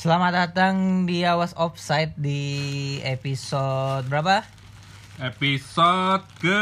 Selamat datang di Awas Offside di episode berapa? Episode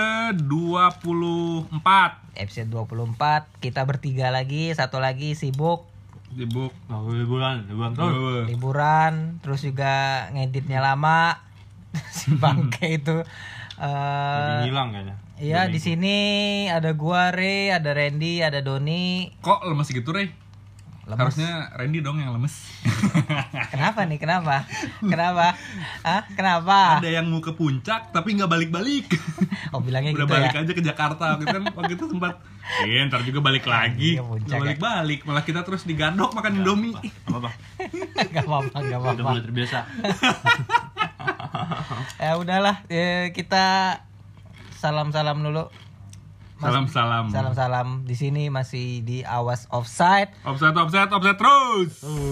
ke-24. Episode 24. Kita bertiga lagi, satu lagi sibuk Liburan terus. liburan, terus juga ngeditnya lama. Si bangke itu. Lagi ngilang kayaknya. Iya, di sini ada gua, Re, ada Randy, ada Doni. Kok lemes gitu, Rey? Lemes. Harusnya Randy dong yang lemes. Kenapa nih? Kenapa? Kenapa? Ada yang mau ke puncak tapi nggak balik-balik. Oh, bilangnya Udah gitu balik ya. aja ke Jakarta. Waktu itu sempat ntar juga balik lagi. Iya, puncak Nggak balik-balik. Malah kita terus digandok makan Indomie. Apa? Gak apa-apa. Udah mulai terbiasa. Ya udahlah, kita salam-salam dulu. Salam-salam. Di sini masih di Awas Offside. Offside terus.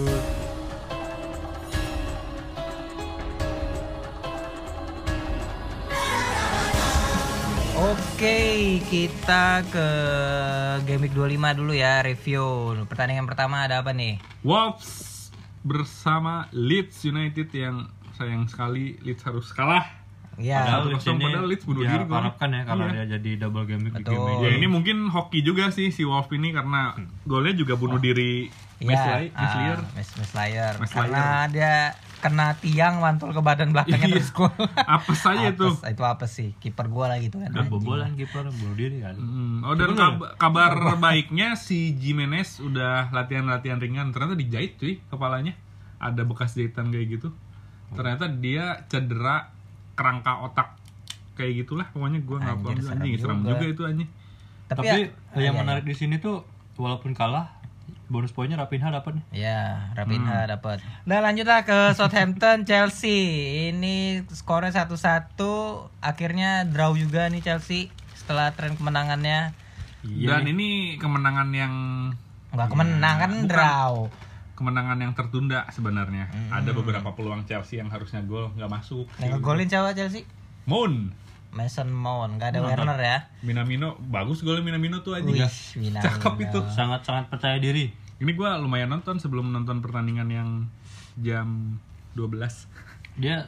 Oke, kita ke Game Week 25 dulu ya, review. Pertandingan pertama ada apa nih? Wolves bersama Leeds United yang sayang sekali Leeds harus kalah. Ya, Padahal Leeds ini padahal Leeds bunuh diri gol. diharapkan ya kalau Iya. dia jadi double game week di Betul. game Ya ini. ini mungkin hoki juga sih si Wolf ini karena golnya juga bunuh diri ya, Meslier. Meslier. Meslier. Karena dia kena tiang mantul ke badan belakangnya Iya. terus gol. Apa saja itu? Itu apa sih? Kiper gua lah gitu kan. Udah bobolan kiper bunuh diri kan. Oh dan kabar baiknya si Jimenez udah latihan ringan. Ternyata dijahit cuy kepalanya. Ada bekas jahitan kayak gitu. Ternyata dia cedera kerangka otak kayak gitulah. Pokoknya gue nggak paham. Anjir, Anjing serem juga. juga itu anjing. Tapi yang menarik di sini tuh walaupun kalah bonus poinnya Raphinha dapat nih. Ya, Raphinha dapat. Nah, lanjutlah ke Southampton Chelsea. Ini skornya 1-1. Akhirnya draw juga nih Chelsea setelah tren kemenangannya. Dan ini kemenangan yang Enggak kemenang kan bukan. draw. kemenangan yang tertunda sebenarnya. Ada beberapa peluang Chelsea yang harusnya gol nggak masuk. Yang ngegolin siapa Chelsea? Moon, Mason Mount, enggak ada Werner ya. Minamino, bagus golnya Minamino tuh aja. Wih, Minamino. Cakep itu. Sangat-sangat percaya diri. Ini gue lumayan nonton sebelum nonton pertandingan yang jam 12. Dia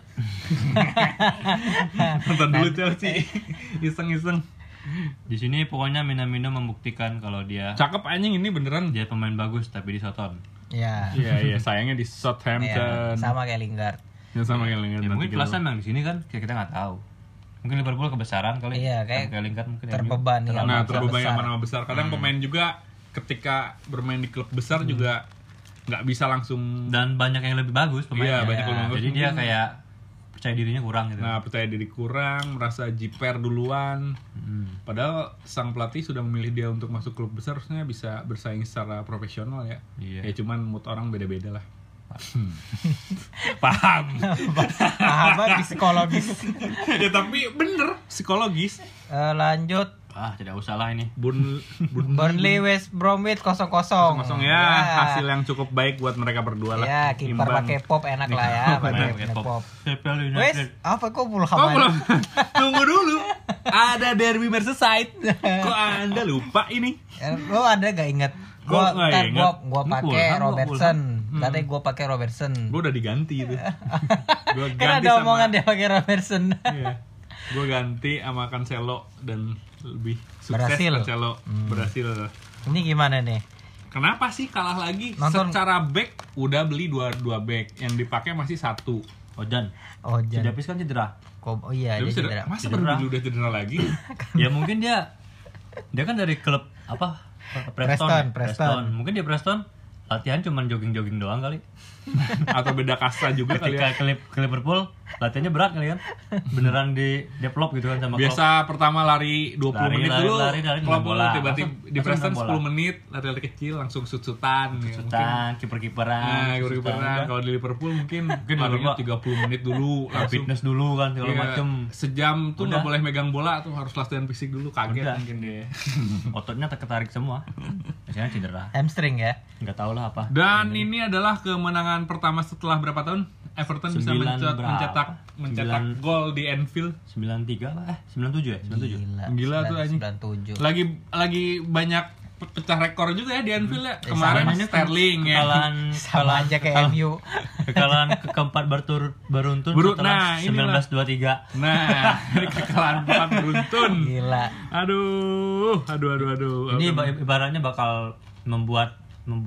Nonton dulu Chelsea. Iseng-iseng. di sini pokoknya Minamino membuktikan kalau dia Cakep anjing ini beneran. dia pemain bagus tapi di Soton. Ya. Iya, sayangnya di Iya, Southampton. sama kayak Lingard. Ya sama kayak Lingard. Ya, mungkin nanti kelasnya memang di sini kan kayak kita nggak tahu. Mungkin Liverpool kebesaran kali. Iya, kayak Lingard mungkin terbebani kita- sama Nah, klub terbebani besar. sama nama besar. Kadang pemain juga ketika bermain di klub besar juga nggak bisa langsung. Dan banyak yang lebih bagus pemainnya. Iya, banyak yang lebih bagus. Jadi dia Mungkin- kayak percaya dirinya kurang gitu. Nah, percaya diri kurang, merasa jiper duluan. Padahal sang pelatih sudah memilih dia untuk masuk klub besar, harusnya bisa bersaing secara profesional ya. Iya. Ya cuman mood orang beda-beda lah. Paham. Sahabat psikologis. Ya tapi bener psikologis. Lanjut Tidak usah lah ini. Burnley West Bromwich 0-0. Kosong ya, hasil yang cukup baik buat mereka berdua lah. Ya, kiper Imbang. pakai pop enak lah ya, pakai pop. Sheffield Wes, United. apa kok pulang Oh, belum. Tunggu dulu. Ada derby Merseyside. Kok Anda lupa ini? Lo ada gak inget? Gua nggak inget. Gua Ini pakai Fulham, Robertson. Katanya gua pakai Robertson. Gue udah diganti itu. Gua Kan ada omongan dia pakai Robertson. Iya. Gue ganti sama Cancelo dan lebih sukses Berhasil. Cancelo. Berhasil. Ini gimana nih? Kenapa sih kalah lagi? Nonton. Secara back udah beli dua back, yang dipakai masih satu. Ojan. Oh, Si jangan. Davis kan cedera. Oh iya, Tapi dia cedera. masa Cedera. baru udah cedera lagi? Ya mungkin dia kan dari klub apa? Preston. Mungkin dia Preston latihan cuman jogging-jogging doang kali. Atau beda kasta juga kali ya? Ketika ke Liverpool latihannya berat kali kan. Beneran di develop gitu kan sama Klopp. Biasa pertama lari 20 menit dulu, lari, Klopp main bola. tiba-tiba di Langsung Preston main bola. 10 menit, lari-lari kecil langsung sut-sutan. Ya, mungkin. Sutan, kiper-kiperan. Nah, sutan kiper-kiperan. udah. Kalau di Liverpool mungkin larinya Liverpool. 30 menit dulu langsung. Fitness dulu kan segala Iya, macem. sejam tuh nggak Udah. boleh megang bola tuh, harus latihan fisik dulu. Kaget Udah. mungkin dia. Ototnya terketarik semua. Biasanya cedera. Hamstring ya. Nggak tahu lah apa. Dan ini adalah kemenangan pertama setelah berapa tahun Everton bisa 9 mencetak berapa? 9. gol di Anfield. 93 lah. 97 ya? 97. Gila tuh, anjing. 97. Lagi banyak pecah rekor juga ya di Anfield ya. Kemarin Sterling ya. Sama aja kayak MU. Kekalahan keempat beruntun setelah 1923. Nah, ini kekalahan 4 beruntun. Gila. Aduh. Ini ibaratnya bakal membuat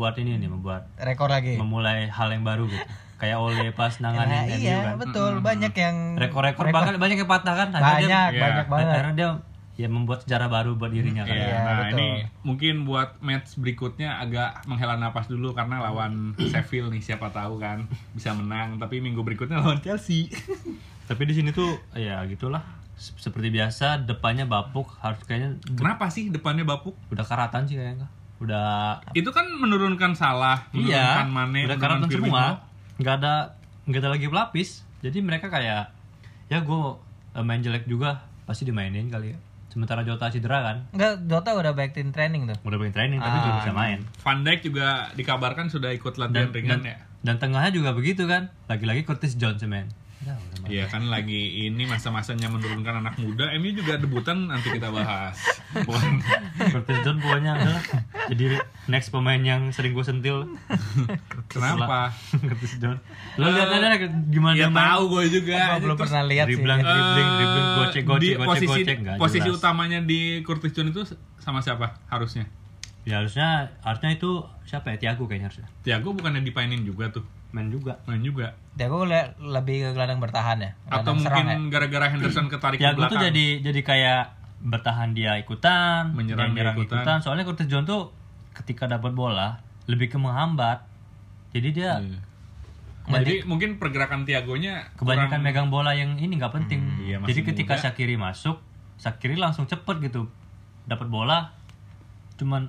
Rekor lagi. memulai hal yang baru gitu. Kayak Ole pas nanganin MU Iya, kan. betul. Banyak yang Rekor bahkan banyak yang patah kan. banyak banget. Karena dia ya membuat sejarah baru buat dirinya kan. Iya, nah betul. ini mungkin buat match berikutnya agak menghela napas dulu karena lawan Sheffield nih, siapa tahu kan bisa menang, tapi minggu berikutnya lawan Chelsea. Tapi di sini tuh ya gitulah. Seperti biasa depannya bapuk, harus kayaknya Kenapa sih depannya bapuk? udah karatan sih kayaknya. Udah Itu kan menurunkan Salah, iya, menurunkan Mane, udah menurunkan karatan Firmino. semua. Nggak ada lagi pelapis. Jadi mereka kayak ya gue main jelek juga pasti dimainin kali ya. Sementara Jota cedera kan. Enggak, Jota udah baikin training tuh. Udah main training tapi juga bisa main. Van Dijk juga dikabarkan sudah ikut latihan ringan ya. Dan tengahnya juga begitu kan. Lagi-lagi Curtis Jones men. Iya kan lagi ini masa-masanya menurunkan anak muda. MU juga debutan nanti kita bahas. Curtis Jones pokoknya adalah jadi next pemain yang sering gue sentil. Kenapa? Curtis Jones. Lo lihat aja gimana Ya dia main. tahu gue juga. Gua belum pernah lihat sih. Dribbling, gocek, Di gocek, nggak posisi jelas. utamanya di Curtis Jones itu sama siapa harusnya? Ya harusnya itu siapa ya? Thiago kayaknya harusnya. Thiago bukannya dipainin juga tuh? Main juga. Dia gue lebih ke gelandang bertahan ya. Atau Gelandang serang mungkin gara-gara Henderson ketarik ke Thiago belakang? tuh jadi kayak bertahan dia ikutan, Menyerang dia dia ikutan. Soalnya Curtis Jones tuh ketika dapat bola lebih ke menghambat. Jadi dia Iya. Jadi mungkin pergerakan Thiagonya kebanyakan kurang- megang bola yang ini nggak penting. iya, masih Jadi ketika muda. Shaqiri masuk, Shaqiri langsung cepet gitu. Dapat bola cuma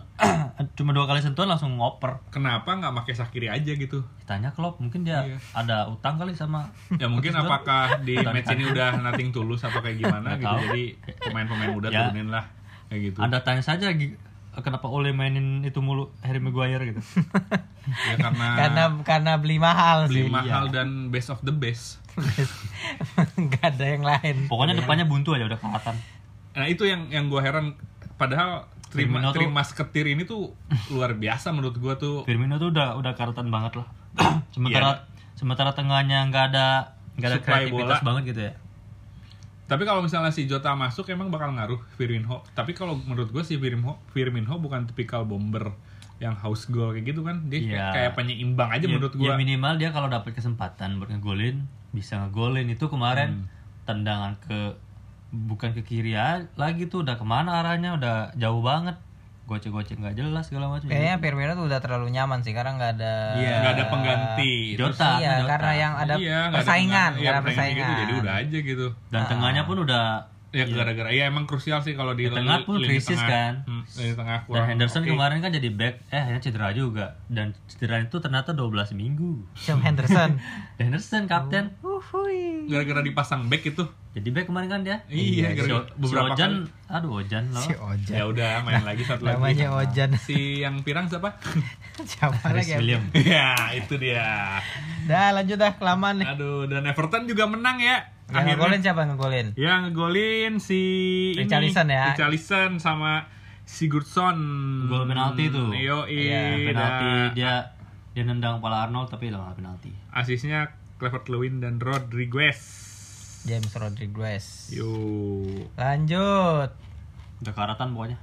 2 kali sentuhan langsung ngoper. Kenapa nggak pakai Shaqiri aja gitu? Tanya Klopp, mungkin dia Iya. ada utang kali sama Ya mungkin Curtis Jones. apakah di match ini udah nothing tulus atau kayak gimana Nggak gitu. tahu. Jadi pemain-pemain muda Ya. turunin lah kayak gitu. Ada tanya saja kenapa Ole mainin itu mulu Harry Maguire gitu. Ya karena beli mahal beli sih. mahal dan best of the best. Enggak ada yang lain. Pokoknya depannya buntu aja udah kelihatan. Nah itu yang gue heran. Padahal Firmino tuh- terima ketir ini tuh luar biasa menurut gue tuh. Firmino tuh udah karatan banget lah. Iya. sementara tengahnya nggak ada Supply kreativitas bola. banget gitu ya. Tapi kalau misalnya si Jota masuk emang bakal ngaruh Firmino. Tapi kalau menurut gue si Firmino bukan tipikal bomber yang house goal kayak gitu kan. Dia Iya. kayak penyeimbang aja menurut gue. Ya minimal dia kalau dapat kesempatan buat ngegolin bisa ngegolin. Itu kemarin tendangan bukan ke kiri lagi tuh, udah kemana arahnya, udah jauh banget, gocek-gocek nggak jelas segala macam. Kayaknya Firmino tuh udah terlalu nyaman sih karena nggak ada. Iya. Nggak ada pengganti. Jota. Iya, Jota. karena yang ada Iya, nggak ada persaingan, pengganti. Iya, karena persaingan gitu, persaingan. jadi udah aja gitu. Dan tengahnya pun udah Ya gara-gara ya emang krusial sih kalau di Di tengah pun lini krisis tengah. kan. Lini tengah dan kurang. Henderson oke. kemarin kan jadi back, akhirnya cedera juga, dan cedera itu ternyata 12 minggu. Sam Henderson. Henderson kapten, Gara-gara dipasang back itu. jadi back kemarin kan dia. Iya, gara-gara beberapa Ojan, kali. aduh Ojan loh. Si Ojan. Ya udah main lagi satu lagi. Namanya Ojan. Si yang pirang siapa? Siapa lagi? ya? William. Ya, itu dia. Dah lanjut dah kelamaan nih. Aduh, dan Everton juga menang ya. Yang ngegolin siapa yang ngegolin? Yang ngegolin si Richarlison ya. Richarlison sama Sigurdsson. Gol penalti tuh. Yoi. Iya, penalti dan dia nendang kepala Arnold tapi hilang penalti. asisnya Calvert-Lewin dan Rodriguez. James Rodriguez. Yuk. Lanjut. Udah karatan pokoknya.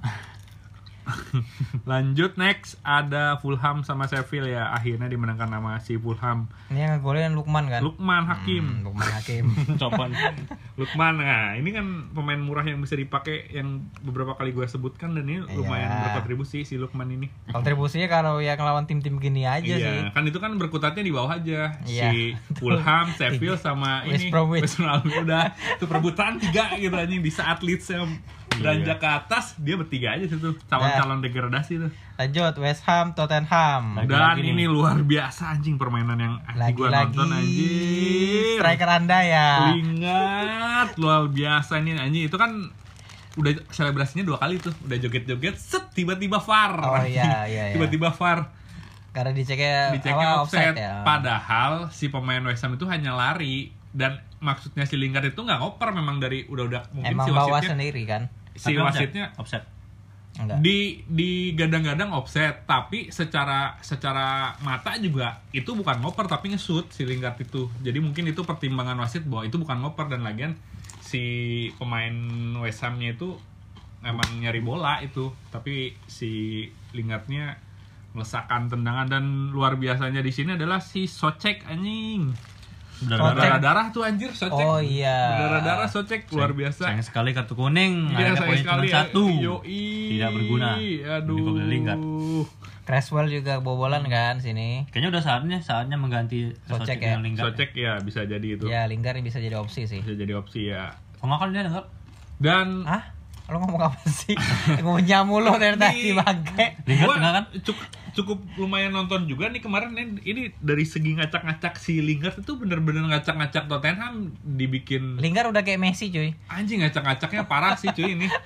Lanjut next ada Fulham sama Sheffield ya. Akhirnya dimenangkan nama si Fulham. Ini yang ngegolin Lukman kan? Lukman Hakim. Lukman Hakim. Copan. Lukman, nah ini kan pemain murah yang bisa dipakai yang beberapa kali gue sebutkan dan ini lumayan Iya. berkontribusi si Lukman ini. Kontribusinya kalau yang ngelawan tim-tim gini aja Iya, sih. kan itu kan berkutatnya di bawah aja. Iya. Si Fulham, Sheffield sama West ini Bromwich. West Bromwich udah itu perebutan 3 gitu anjing di saat Leeds yang beranjak ke atas dia bertiga aja situ calon-calon degradasi tuh. Lanjut West Ham Tottenham. Dan Lagi-lagi ini luar biasa anjing permainan yang gua Lagi-lagi nonton anjing. striker Anda ya. Ingat luar biasa nih anjing itu kan udah selebrasinya 2 kali tuh. Udah joget-joget set tiba-tiba VAR. Oh iya iya. Tiba-tiba VAR. Karena diceknya Offset. ya. Padahal si pemain West Ham itu hanya lari dan maksudnya si Lingard itu nggak ngoper memang dari udah mungkin Emang si bawa wasitnya sendiri kan. si Tapi wasitnya offset. Enggak. Di gadang-gadang offset, tapi secara mata juga itu bukan ngoper tapi nge-shoot si Lingard itu. Jadi mungkin itu pertimbangan wasit bahwa itu bukan ngoper, dan lagian si pemain West Ham-nya itu emang nyari bola itu, tapi si Lingard-nya melesakan tendangan. Dan luar biasanya di sini adalah si Socek anjing. Berdarah-darah tuh anjir Socek. Oh iya. Berdarah-darah Socek luar biasa. Sayang sekali kartu kuning. Iya, Ada sayang poin cuma sekali. 1. Tidak berguna. Aduh. Mending Lingard. Cresswell juga bobolan kan sini. Kayaknya udah saatnya mengganti Socek dengan ya? Lingard. Socek ya bisa jadi itu. Ya, Lingard bisa jadi opsi sih. Bisa jadi opsi ya. Kok nggak dia denger? Dan Hah? Lo ngomong apa sih? Ngomong jamu lo dari tadi bangke. Lingard gua enggak kan? cukup lumayan nonton juga nih kemarin. Ini dari segi ngacak-ngacak si Lingard itu bener-bener ngacak-ngacak Tottenham dibikin Lingard udah kayak Messi cuy. anjing. Ngacak-ngacaknya parah sih cuy ini.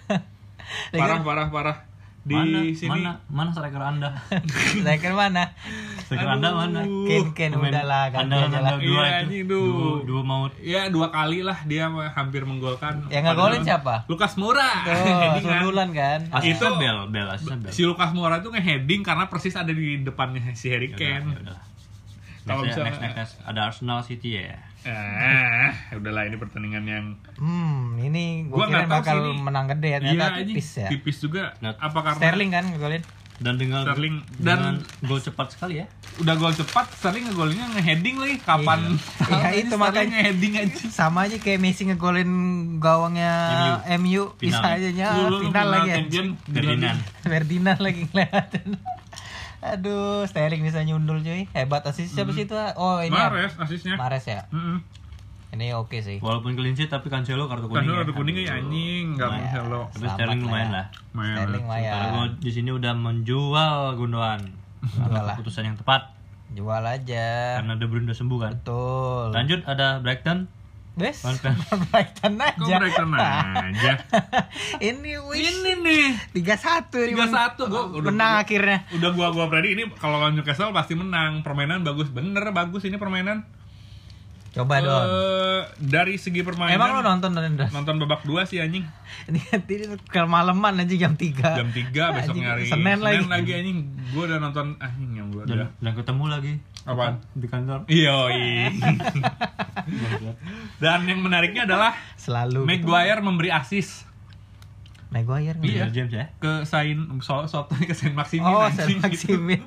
Parah di sini. Mana striker Anda? Striker mana? Striker Anda mana? Ken udahlah ganti Anda aja lah. dua Iya, itu. anjing, Dua maut. Ya 2 kali lah dia hampir menggolkan. Yang ngegolin siapa? Lucas Moura. Tuh, Headingan. sundulan kan. Asisnya Itu- asisnya Bel. Si Lucas Moura itu nge-heading karena persis ada di depannya si Harry Kane. Kalau misalnya- next ada Arsenal City ya. Udahlah ini pertandingan yang Ini Gua gua kira nggak tahu bakal sih ini. menang gede ya, iya ternyata anjing, tipis ya. tipis juga. Nah, Apa karena Sterling kan ngegolin. Dan dengan Sterling dengan dan gol cepat sekali ya. udah gol cepat, Sterling ngegolinnya nge-heading lagi. Kapan? Iya, itu Sterling makanya. nge-heading aja. Sama aja kayak Messi ngegolin gawangnya MU bisa Final. aja nya Dulu final lagi champion Ferdinand. Ferdinand lagi ngeliatin. Aduh, Sterling bisa nyundul cuy. Hebat asis siapa sih itu? Oh, ini Mahrez asisnya. Mahrez ya. Heeh. Ini oke sih. Walaupun clean sheet tapi Cancelo kartu kuning. Kan ya. ada kuningnya ya anjing, enggak Lumayan. Cancelo. Tapi Sterling lumayan lah. Lumayan. Sterling Karena lumayan. gue di sini udah menjual Gundogan. Jual lah. Keputusan yang tepat Jual aja. karena De Bruyne udah sembuh kan. Betul. Lanjut ada Brighton. Bes. Brighton. Brighton aja. Kok Brighton aja? Ini wis Ini nih 3-1 ini. 3-1 gua udah menang akhirnya. Udah gua predi ini kalau lawan Newcastle pasti menang. Permainan bagus, bener bagus ini permainan. Coba dong. Dari segi permainan. Emang lo nonton dari Nonton babak 2 sih anjing. Ini kemalaman aja jam 3. Jam 3 besok Anjing, nyari Senin lagi. anjing. Gua udah nonton anjing yang gua udah. Dan ketemu lagi. Apaan? Di kantor. Iya. Dan yang menariknya adalah Selalu Maguire memberi assist Maguire nih. Iya. James ya. ke Soto ke Saint Maximin. Oh, anjing, Saint gitu. Maximin.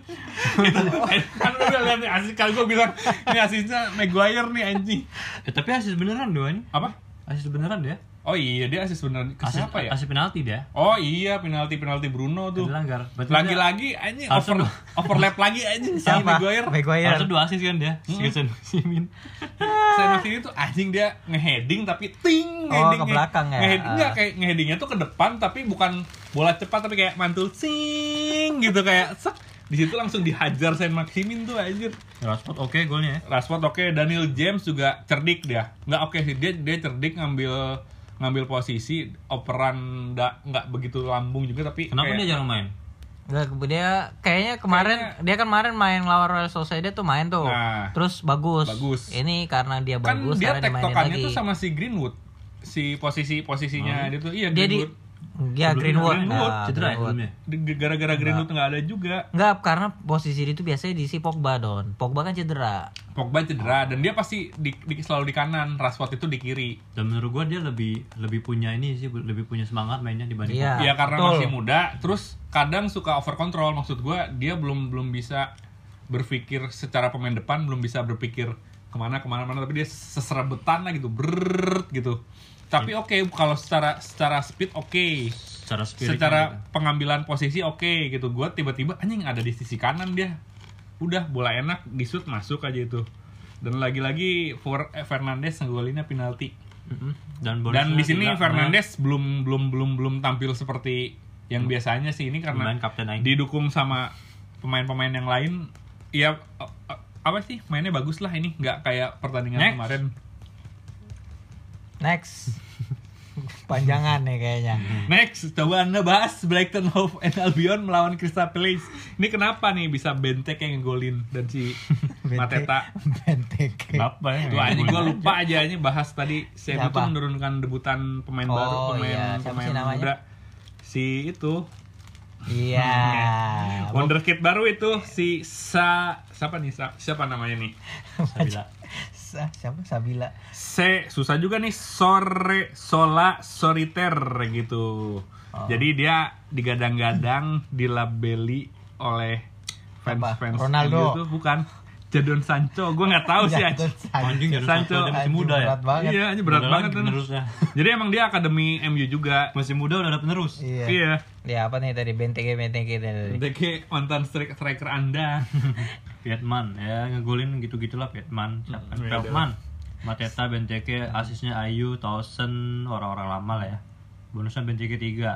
Kan udah lihat nih asist, kali gue bilang ini asisnya Maguire nih anjing. Tapi asis beneran doang. Apa? Asis beneran dia. Oh iya dia asis bener ke Asis, siapa ya? asis penalti dia. Oh iya penalti Bruno tuh. Dilanggar. Berarti Lagi-lagi anjing Harusnya overlap lagi anjing si Siapa? Maguire. Maguire. harusnya 2 asis kan dia. Si Saint Maximin. Saint Maximin tuh anjing dia ngeheading tapi ting Oh, ke belakang ya? Enggak kayak ngeheadingnya tuh ke depan tapi bukan bola cepat tapi kayak mantul sing gitu kayak sek. Di situ langsung dihajar Saint Maximin tuh anjir. Rashford oke golnya ya. Rashford oke, Daniel James juga cerdik dia. Nggak oke sih dia cerdik ngambil posisi, operan nggak begitu lambung juga tapi Kenapa kayak, dia jarang main? Enggak, dia kayaknya kemarin dia kan kemarin main lawan Real Sociedad tuh main tuh. Nah. Terus bagus. Bagus. Ini karena dia kan bagus dia karena dimainin tektokannya lagi. tuh sama si Greenwood. Si posisinya dia tuh iya Dia di Greenwood. ya Greenwood. Greenwood Nah, cedera ya Greenwood. sebelumnya. Gara-gara Greenwood nggak ada juga. Enggak, karena posisi dia itu biasanya diisi Pogba Don. Pogba kan cedera. Pogba cedera dan dia pasti selalu di kanan, Rashford itu di kiri. Dan menurut gua dia lebih punya ini sih, lebih punya semangat mainnya dibanding Iya. Ya karena betul. masih muda, terus kadang suka over control. Maksud gua dia belum bisa berpikir secara pemain depan, belum bisa berpikir kemana tapi dia seserebetan lah gitu, brrrr gitu. Tapi oke, kalau secara speed oke. secara spirit. Secara pengambilan posisi oke gitu. Gua tiba-tiba anjing ada di sisi kanan dia. Udah bola enak, di shoot masuk aja itu. Dan lagi-lagi Fernandes ngegolinnya penalti. Dan di sini Fernandes belum tampil seperti yang biasanya sih ini karena main kapten aing. didukung sama pemain-pemain yang lain. Ya apa sih mainnya bagus lah ini, nggak kayak pertandingan Next. kemarin. Next. Panjangan nih kayaknya. Next, coba Anda bahas Brighton Hove and Albion melawan Crystal Palace. Ini kenapa nih bisa Bentek yang ngegolin dan si Mateta. Benteke. Apa ya? Tuh anjing gua lupa aja ini bahas tadi saya tuh Siapa? menurunkan debutan pemain Oh, baru, iya. Siapa pemain sih namanya? muda. Si itu Iya. Wonderkid baru itu si siapa namanya nih? Sabila. Siapa Sabila? Susah juga nih, Solitaire gitu. Jadi dia digadang-gadang dilabeli oleh fans Ronaldo. itu bukan Jadon Sancho, gue nggak tahu sih Anjing Jadon Sancho dia masih muda ya. Berat banget. Iya, ini berat banget kan. Penerusnya. Jadi emang dia akademi MU juga. Masih muda udah ada penerus. Iya. Iya. Ya apa nih tadi Benteke tadi. DK mantan striker Anda. Vietman ya ngegolin gitu-gitulah Vietman. Siapa? Iya, Feldman. Mateta, Benteke, asisnya Ayu, Towson, orang-orang lama lah ya. Bonusnya Benteke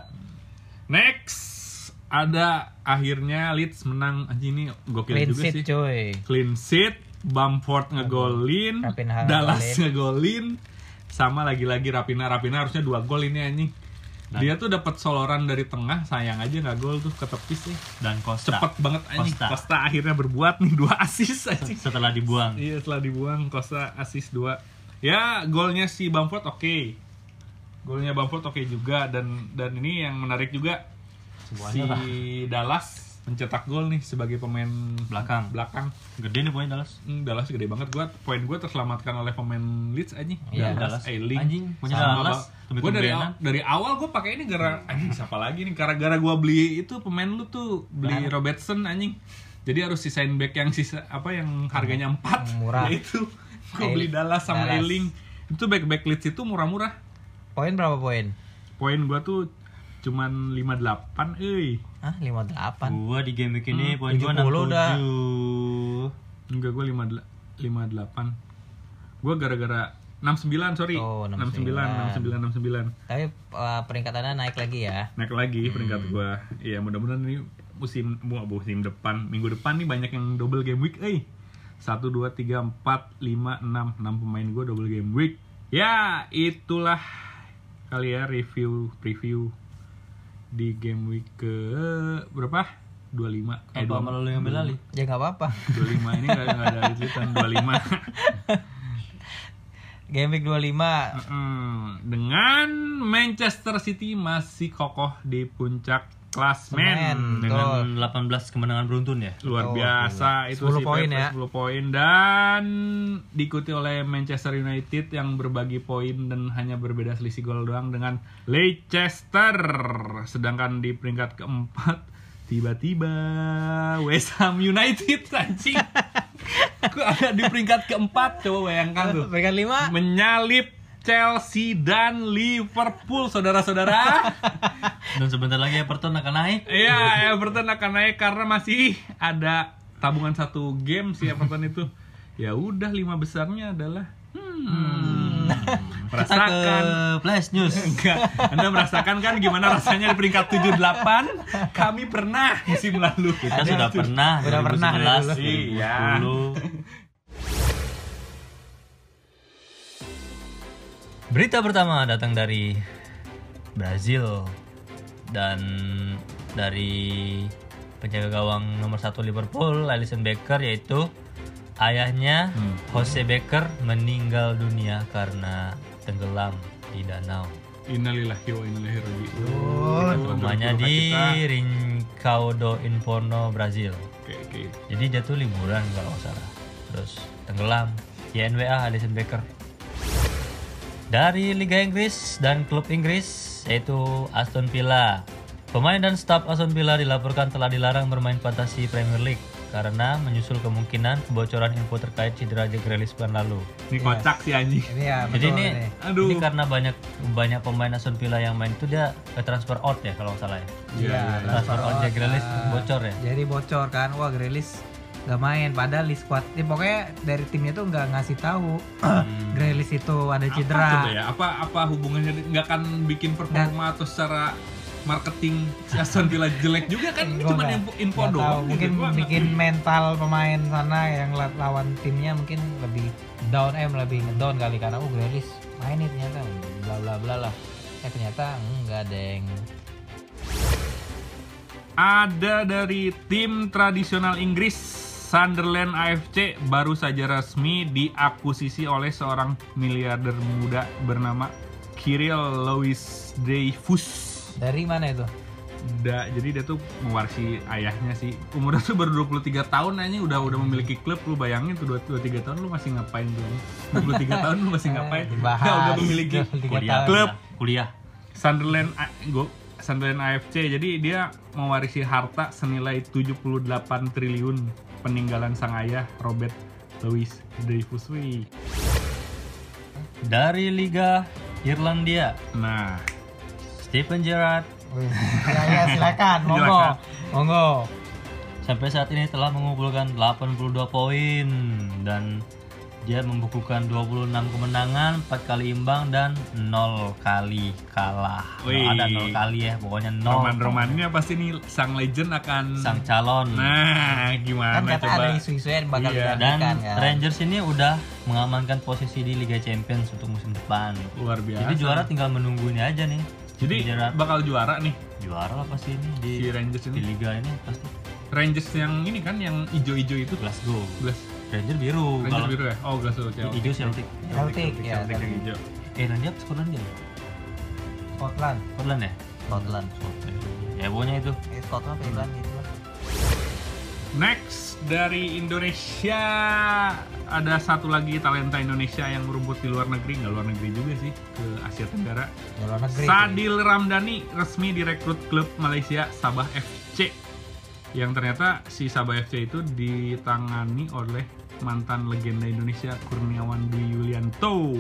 3. Next ada akhirnya Leeds menang. Anjing ini gokil Clean juga sheet, sih. coy. Clean sheet, Bamford ngegolin, Raphinha Dallas ngegolin. ngegolin, sama lagi-lagi Raphinha harusnya 2 gol ini anjing. Dia tuh dapat soloran dari tengah, sayang aja nggak gol tuh, ketepis sih. Dan Costa. Cepet banget anjing. Costa. Costa akhirnya berbuat nih 2 assist anjing. Setelah dibuang. Iya, setelah dibuang Costa assist 2. Ya, golnya si Bamford oke. Golnya Bamford oke juga, dan ini yang menarik juga Semuanya lah. si Dallas mencetak gol nih sebagai pemain Belakang. Gede nih poin Dallas. Dallas gede banget. Poin gue terselamatkan oleh pemain Leeds anjing. Iya, Dallas. Ailing. Anjing, punya Sama Dallas. Gue dari awal gue pakai ini gara anjing siapa lagi nih, gara-gara gue beli itu pemain lu tuh beli Robertson anjing. Jadi harus sisain back yang yang harganya 4 Murah. ya itu. Gue beli Dallas sama Dallas. Ailing. Itu back Leeds itu murah-murah. Poin berapa poin? Poin gue tuh cuman 58 Ah, 58. Gua di game week ini poin 70 gua 67. udah. Enggak, gue 58. Gue gara-gara 69, sorry. Oh, 69. Tapi peringkatannya naik lagi ya. Naik lagi peringkat gue. Iya, mudah-mudahan ini musim depan, minggu depan nih banyak yang double game week. 1, 2, 3, 4, 5, 6 pemain gue double game week. Ya, itulah kali ya preview di game week ke berapa? 25. Apa malah lu yang bela li? Ya nggak apa-apa. 25 ini nggak ada liputan 25. Game week 25. Dengan Manchester City masih kokoh di puncak klasmen Dengan 18 kemenangan beruntun ya. luar biasa. Itu 10 si poin Pep, ya. 10 poin, dan diikuti oleh Manchester United yang berbagi poin dan hanya berbeda selisih gol doang dengan Leicester. Sedangkan di peringkat keempat tiba-tiba West Ham United anjing. Kok ada di peringkat keempat, coba bayangkan tuh. Peringkat 5. Menyalip Chelsea dan Liverpool, saudara-saudara. Dan sebentar lagi Everton akan naik. Iya, Everton akan naik karena masih ada tabungan 1 game si Everton itu. Ya udah, 5 besarnya adalah Kita merasakan. ke Flash News. Enggak, Anda merasakan kan gimana rasanya di peringkat 78? Kami pernah musim lalu. Kita sudah pernah. Udah pernah 2011, dulu. Iya. 2010. Berita pertama datang dari Brazil dan dari penjaga gawang nomor 1 Liverpool, Alisson Becker, yaitu ayahnya Jose Becker meninggal dunia karena tenggelam di danau. Innalillahi wa inna ilaihi raji'un. Rumahnya di Rincaudo Inferno, Brazil. Oke. Jadi jatuh liburan kalau nggak salah. Terus tenggelam. YNWA Alisson Becker. Dari Liga Inggris dan klub Inggris yaitu Aston Villa. Pemain dan staf Aston Villa dilaporkan telah dilarang bermain fantasi Premier League karena menyusul kemungkinan kebocoran info terkait cedera Jack Grealish bulan lalu. Ini kocak sih anjing. Ini ya, Jadi betul ini, Aduh. ini karena banyak pemain Aston Villa yang main itu dia transfer out ya kalau nggak salah ya. Iya, Transfer out Jack Grealish bocor ya. Jadi bocor kan, wah Grealish gak main, padahal di squad pokoknya dari timnya tuh nggak ngasih tahu Grealish itu ada Apa cedera. coba ya? Apa hubungannya? Nggak akan bikin performa atau secara marketing si Aston Villa jelek juga kan? Ini Gua cuma nggak- info nggak tahu. doang. Mungkin gitu. Gua nggak- bikin mental pemain sana yang lawan timnya mungkin lebih down, lebih ngedown kali karena Grealish main nih ternyata bla bla bla lah. Ternyata enggak, deng. Ada dari tim tradisional Inggris, Sunderland AFC baru saja resmi diakuisisi oleh seorang miliarder muda bernama Kirill Louis Dreyfus. Dari mana itu? Jadi dia tuh mewarisi ayahnya sih. Umurnya tuh baru 23 tahun aja udah memiliki klub. Lu bayangin tuh 23 tahun lu masih ngapain tuh? 23 tahun lu masih ngapain? Dibahas. Udah memiliki Kuliah. klub Kuliah. Sunderland AFC. Jadi dia mewarisi harta senilai 78 triliun peninggalan sang ayah Robert Louis Dreyfus. Wih. Dari Liga Irlandia, Nah, Steven Gerrard Ya, silakan, monggo. sampai saat ini telah mengumpulkan 82 poin dan dia membukukan 26 kemenangan, 4 kali imbang dan 0 kali kalah. Wih. Ada 0 kali ya, pokoknya 0. roman-romannya pasti nih sang legend akan Sang calon. Nah, Kan gimana kata coba? ada isu-isu yang bakal Iya. Dan digantikan kan. Rangers ini udah mengamankan posisi di Liga Champions untuk musim depan. Luar biasa. Jadi juara tinggal menunggu ini aja nih. Jadi Gerrard. bakal juara nih Juara apa sih ini di si Rangers di ini. liga ini pasti Rangers yang ini kan yang ijo-ijo itu. Glasgow. Glass Ranger biru. Rangers Kalau biru ya? Oh, Glasgow Celtic. hijau Celtic. Celtic ya. Celtic yang hijau. Irlandia apa Scotland ya? Scotland. Scotland ya? Scotland. Ya pokoknya itu. Scotland apa Irland gitu lah. Next dari Indonesia ada satu lagi talenta Indonesia yang merumput di luar negeri, nggak luar negeri juga sih, ke Asia Tenggara. Luar negeri. Sadil Ramdhani resmi direkrut klub Malaysia Sabah FC. Yang ternyata si Sabah FC itu ditangani oleh mantan legenda Indonesia Kurniawan Dwi Yulianto.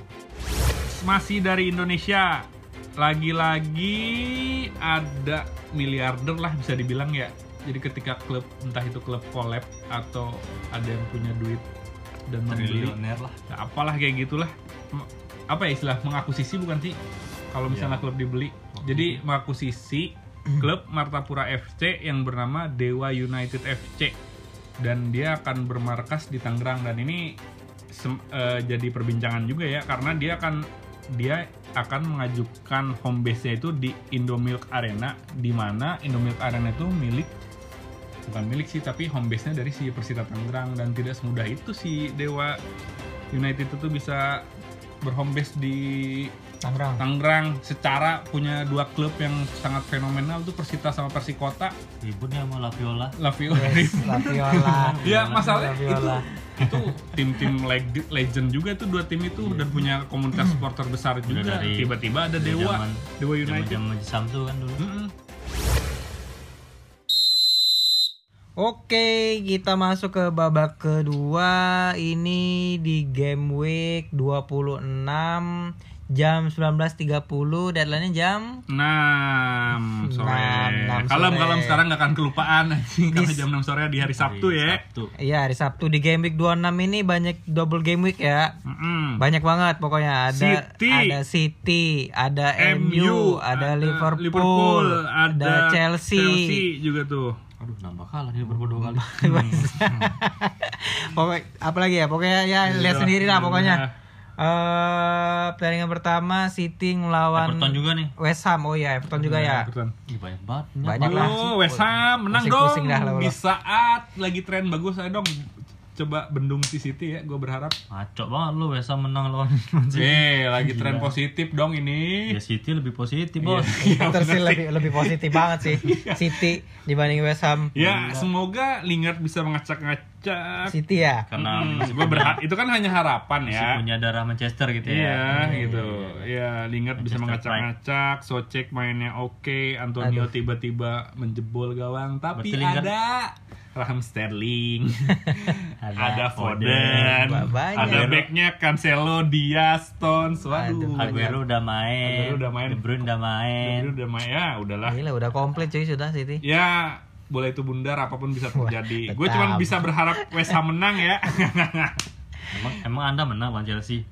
Masih dari Indonesia, lagi-lagi ada miliarder lah bisa dibilang ya. Jadi ketika klub, entah itu klub collab atau ada yang punya duit dan membeli, Triliuner lah. ya apalah kayak gitulah. Apa ya istilah mengakuisisi bukan sih? Kalau misalnya klub dibeli. Jadi mengakuisisi klub Martapura FC yang bernama Dewa United FC. Dan dia akan bermarkas di Tangerang, dan ini jadi perbincangan juga ya karena dia akan mengajukan home base-nya itu di Indomilk Arena, di mana Indomilk Arena itu bukan milik sih, tapi home base-nya dari si Persita Tangerang, dan tidak semudah itu si Dewa United itu bisa berhome base di Tangerang. Secara punya dua klub yang sangat fenomenal tuh Persita sama Persikota. Ributnya sama Laviola. Laviola. Ya masalahnya Laviola. itu tim-tim legend juga itu dua tim itu dan punya komunitas supporter besar juga. dari- Tiba-tiba ada dari Dewa United. Zaman Samsu kan dulu. Mm-mm. Oke, kita masuk ke babak kedua. Ini di game week 26 jam 19.30, deadline-nya jam 6 sore. 6 Kalem sore. sekarang nggak akan kelupaan karena jam 6 sore di hari Sabtu ya. Sabtu. Iya, hari Sabtu di game week 26 ini banyak double game week ya. Mm-mm. Banyak banget pokoknya. Ada City, ada MU, ada Liverpool, ada Chelsea. juga tuh. Aduh, nambah kalah nih berdua kali. Pokoknya apalagi ya, pokoknya ya lihat sendiri lah pokoknya. Pertandingan pertama City ngelawan Everton juga nih. West Ham. Oh ya, Everton juga ya. Everton. Ih, banyak banget. Banyak lah. Oh, West Ham menang Pusing-pusing dong. dah lah, Di saat lagi tren bagus, ayo dong coba bendung si City ya, gue berharap. Ngaco banget lu West Ham menang lawan. Lagi tren positif dong ini. Ya City lebih positif, Bos. Inter sih lebih positif banget sih City dibanding West Ham. Ya, semoga Lingard bisa mengacak-ngacak. City ya. Karena Gue berharap itu kan hanya harapan masih ya. punya darah Manchester gitu Iya, ya. gitu. Ya, Lingard bisa Manchester mengacak-ngacak, Socek mainnya oke, Antonio tiba-tiba menjebol gawang, tapi Berarti Lingard- ada Raheem Sterling, Ada ada Foden. Foden, Banyak. ada backnya Cancelo, Diaz, Stones, waduh. Aguero udah main. Aguero udah main. De Bruyne udah main. Udah main ya, udahlah. Gila udah komplit cuy sudah City. Ya, boleh itu bundar apapun bisa terjadi. Gue betam. cuma bisa berharap West Ham menang ya. Emang Anda menang lawan Chelsea?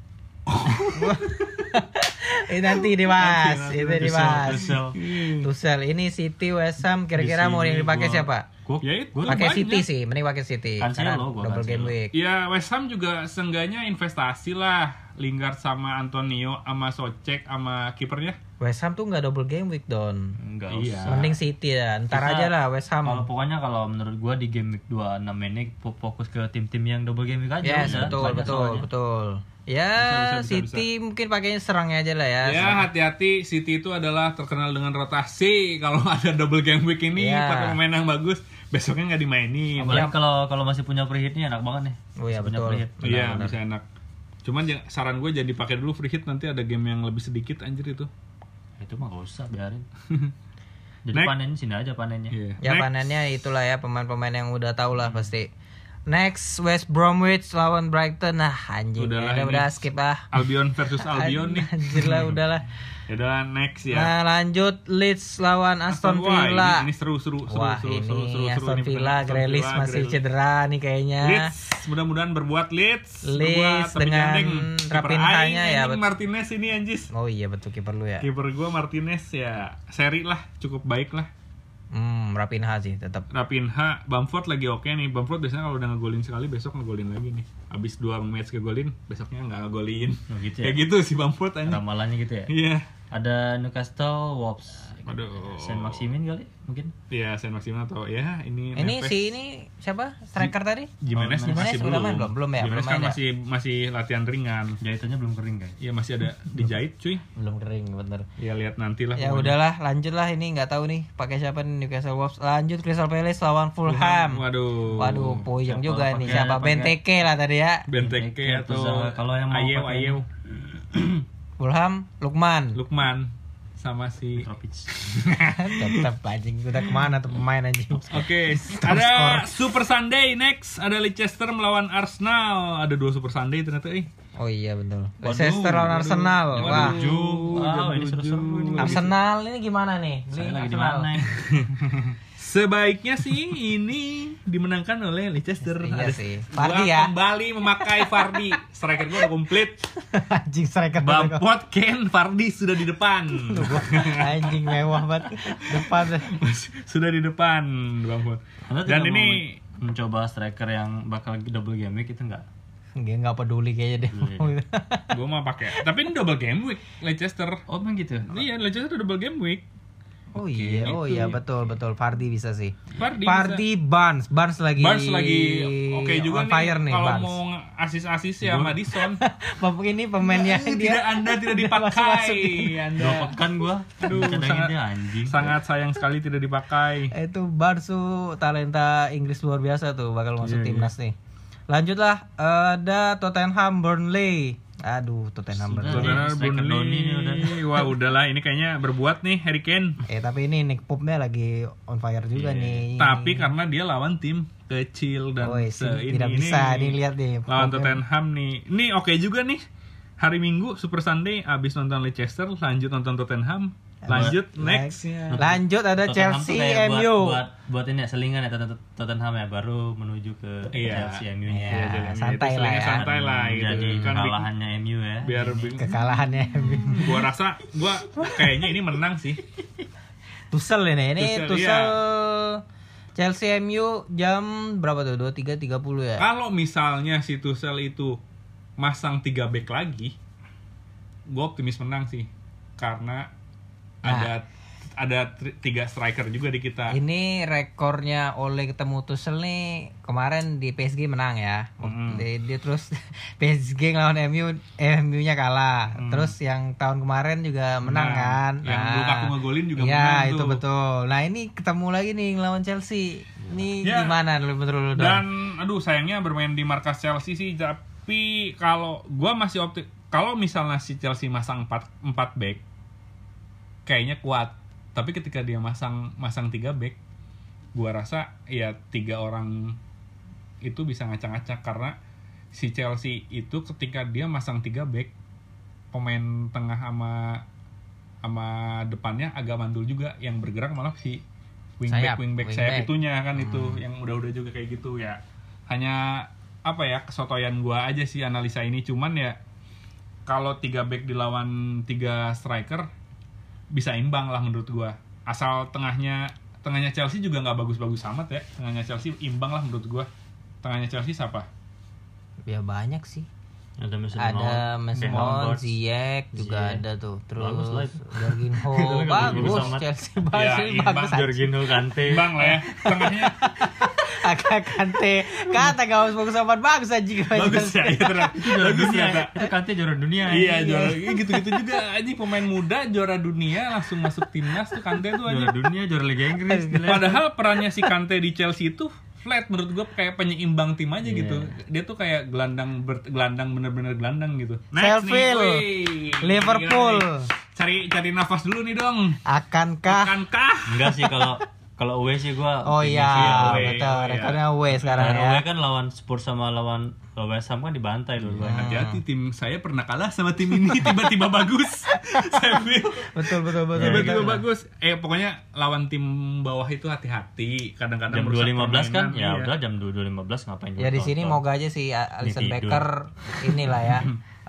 Ini nanti dibahas. Nanti, Itu dibahas. Tuchel. Tuchel ini City West Ham kira-kira Di mau yang sini dipakai gua- siapa? Ya itu Pakai banyak. City sih, mending pakai City. Cancelo, Karena gua double game Cancelo. week. Ya West Ham juga seenggaknya investasi lah. Lingard sama Antonio sama Socek sama kipernya West Ham tuh nggak double game week Don. Enggak Iya. usah. Mending City ya. Ntar Kita- aja lah West Ham. Kalau menurut gua di game week 26 ini fokus ke tim-tim yang double game week aja. Yes, udah. betul Banyak betul soalnya. betul. Ya, Bisa. City mungkin pakainya serangnya aja lah ya. Ya hati-hati, City itu adalah terkenal dengan rotasi. Kalau ada double game week ini Iya. pakai pemain yang bagus, besoknya nggak dimainin. Apalagi kalau masih punya free hit nih enak banget nih. Oh iya, Masih punya betul. free hit. Iya Benar. bisa enak. Cuman saran gue jadi pakai dulu free hit, nanti ada game yang lebih sedikit anjir itu. Itu mah gak usah, biarin. Jadi Next. panen sini aja panennya. Iya. Ya Next. panennya itulah ya pemain-pemain yang udah tau lah pasti. Next West Bromwich lawan Brighton. Nah anjing Udahlah, ya, ini. udah skip lah. Albion versus Albion nih. Anjir lah udahlah. Ya udah next ya. Nah lanjut Leeds lawan Aston Wah, Villa. ini seru. Wah ini Aston Ini Villa, Aston Grealish Villa, masih Grealish. cedera nih kayaknya. Leeds, mudah-mudahan berbuat Leeds Leeds tapi dengan gandeng. Kiper Rapinha-nya aing, ya, anjing betul. Martinez ini anjis. Oh iya betul kiper lu ya. Kiper gue Martinez ya seri lah, cukup baik lah. Rapinha sih tetap. Rapinha, Bamford lagi oke nih. Bamford biasanya kalau udah ngegolin sekali besok ngegolin lagi nih. Abis 2 match ngegolin, besoknya nggak ngegolin. Oh, gitu ya? Kayak gitu sih Bamford anjing. Ramalannya gitu ya. Iya. Ada Newcastle, Wolves, Aduh. Saint Maximin kali mungkin. Iya, Saint Maximin atau ya ini Ini Neves. si ini siapa? Striker tadi? Jimenez Oh, masih Jimenez udah main belum? Belum ya? Jimenez Belum kan main ya? masih latihan ringan. Jahitannya belum kering guys. Iya masih ada dijahit cuy. Belum kering bener. Ya lihat nanti lah. Ya pokoknya. udahlah, lanjut lah ini nggak tahu nih pakai siapa nih Newcastle Wolves. Lanjut Crystal Palace lawan Fulham. Waduh. Puyeng Siapa juga nih pakai- siapa pakai- Benteke lah tadi ya. Benteke atau kalau yang mau Ayew pakai- Ayew Fulham, Lukman. Lukman sama si Mitrovic. Tetap anjing udah kemana tuh pemain anjing. Oke, ada Super Sunday next. Ada Leicester melawan Arsenal. Ada 2 Super Sunday ternyata Oh iya betul. Waduh, Leicester lawan Arsenal. Wah. Wow, ini seru-seru nih. Arsenal ini gimana nih? Saya Ini lagi di Arsenal. mana ya? Sebaiknya sih ini dimenangkan oleh Leicester. Iya Ada- sih. Gua Vardy ya. kembali memakai Vardy. Striker gua udah komplit. Anjing striker Bampot Ken Vardy sudah di depan. anjing mewah banget depan. Sudah di depan Bampot. Anda Dan tidak ini mau mencoba striker yang bakal double game week itu enggak? Dia nggak peduli kayaknya deh. gua mau pakai. Tapi ini double game week Leicester. Oh, memang gitu. Iya, Leicester double game week. Oh iya betul Vardy bisa sih. Vardy Barnes lagi oke juga on fire nih kalau Barnes. mau asis-asis ya Madison. Bapak ini pemainnya Tidak, Anda tidak dipakai. Dua pekan gua. Aduh, Cadangin dia anjing. sangat sayang sekali tidak dipakai. Itu Barnes tuh talenta Inggris luar biasa tuh bakal masuk Iya, timnas nih. Lanjutlah ada Tottenham Burnley. Aduh Tottenham Burnley. Tottenham striker Burnley. Donny ini udah. Wah, udahlah ini kayaknya berbuat nih Harry Kane. Tapi ini Nick Pope-nya lagi on fire juga nih. Tapi karena dia lawan tim kecil dan Oh, tidak bisa nih lihat nih. lawan Pope-nya. Tottenham nih. Ini oke juga nih. Hari Minggu Super Sunday abis nonton Leicester lanjut nonton Tottenham. Lanjut next. Lanjut ada Tottenham tuh Chelsea kayak MU. buat ini ya selingan ya Tottenham ya baru menuju ke Iya. Chelsea MU Iya. nya. Jadi santai lah ya. Santai lah gitu. Jadi Kan kekalahannya MU ya. biar Kekalahannya gua rasa kayaknya ini menang sih. Tuchel ini Tuchel, Tuchel Chelsea MU jam berapa tuh? 23.30 ya? Kalau misalnya si Tuchel itu masang 3 back lagi, gue optimis menang sih. Karena ada 3 striker juga di kita. Ini rekornya Ole ketemu Tuchel nih kemarin di PSG menang ya. Dia terus PSG ngelawan MU-nya kalah. Terus yang tahun kemarin juga menang kan. Yang Lukaku ngegolin juga iya, menang itu tuh. betul. Nah, ini ketemu lagi nih ngelawan Chelsea. Ini Ya. gimana menurut lu? Don? Dan aduh sayangnya bermain di markas Chelsea sih, tapi kalau gue masih kalau misalnya si Chelsea masang 4 back kayaknya kuat. Tapi ketika dia masang 3 back, gua rasa ya 3 orang itu bisa ngacak-ngacak karena si Chelsea itu ketika dia masang 3 back, pemain tengah sama depannya agak mandul juga, yang bergerak malah si wingback sayap itunya kan itu yang udah juga kayak gitu ya. Hanya apa ya, kesotoyan gua aja sih analisa ini, cuman ya kalau 3 back dilawan 3 striker bisa imbang lah menurut gua. Asal tengahnya Chelsea juga nggak bagus-bagus amat ya. Tengahnya Chelsea imbang lah menurut gua. Tengahnya Chelsea siapa? Ya banyak sih. Ada Mason Ada Mason Mount, Mount, Ziyech juga Ziyech. ada tuh. Bagus lah Terus itu. Jorginho Itu nggak bagus, bagus amat. Chelsea Ya, bagus, imbang. bagus aja. Jorginho, Kante. Bang lah ya. Tengahnya Agak Kante, kata gak harus bagus amat bagus aja. bagus ya. Iya, ternyata. Itu juara Bagus dunia. ternyata. Itu Kante juara dunia. Iya, juara gitu-gitu juga anjing pemain muda juara dunia langsung masuk timnas tuh Kante tuh Juara anjing. dunia, juara Liga Inggris. gila. Padahal perannya si Kante di Chelsea itu flat menurut gue kayak penyeimbang tim aja gitu. Dia tuh kayak gelandang bener-bener gelandang gitu. Sheffield, wih. Liverpool. Gila nih. Cari nafas dulu nih dong. Akankah? Akankah? Enggak sih kalau away sih gua. Oh tim iya, Messi away. betul. oh iya. Rekornya away sekarang Dan ya. away kan lawan Spurs sama lawan West Ham kan dibantai dulu. Hati-hati tim saya pernah kalah sama tim ini tiba-tiba bagus. Sheffield. Betul. Tiba-tiba bagus. Pokoknya lawan tim bawah itu hati-hati. Kadang-kadang Jam merusak 2.15 kan? permainan, Ya iya. udah jam 2.15 ngapain Ya di sini tonton. moga aja si Alisson Tidur. Becker inilah ya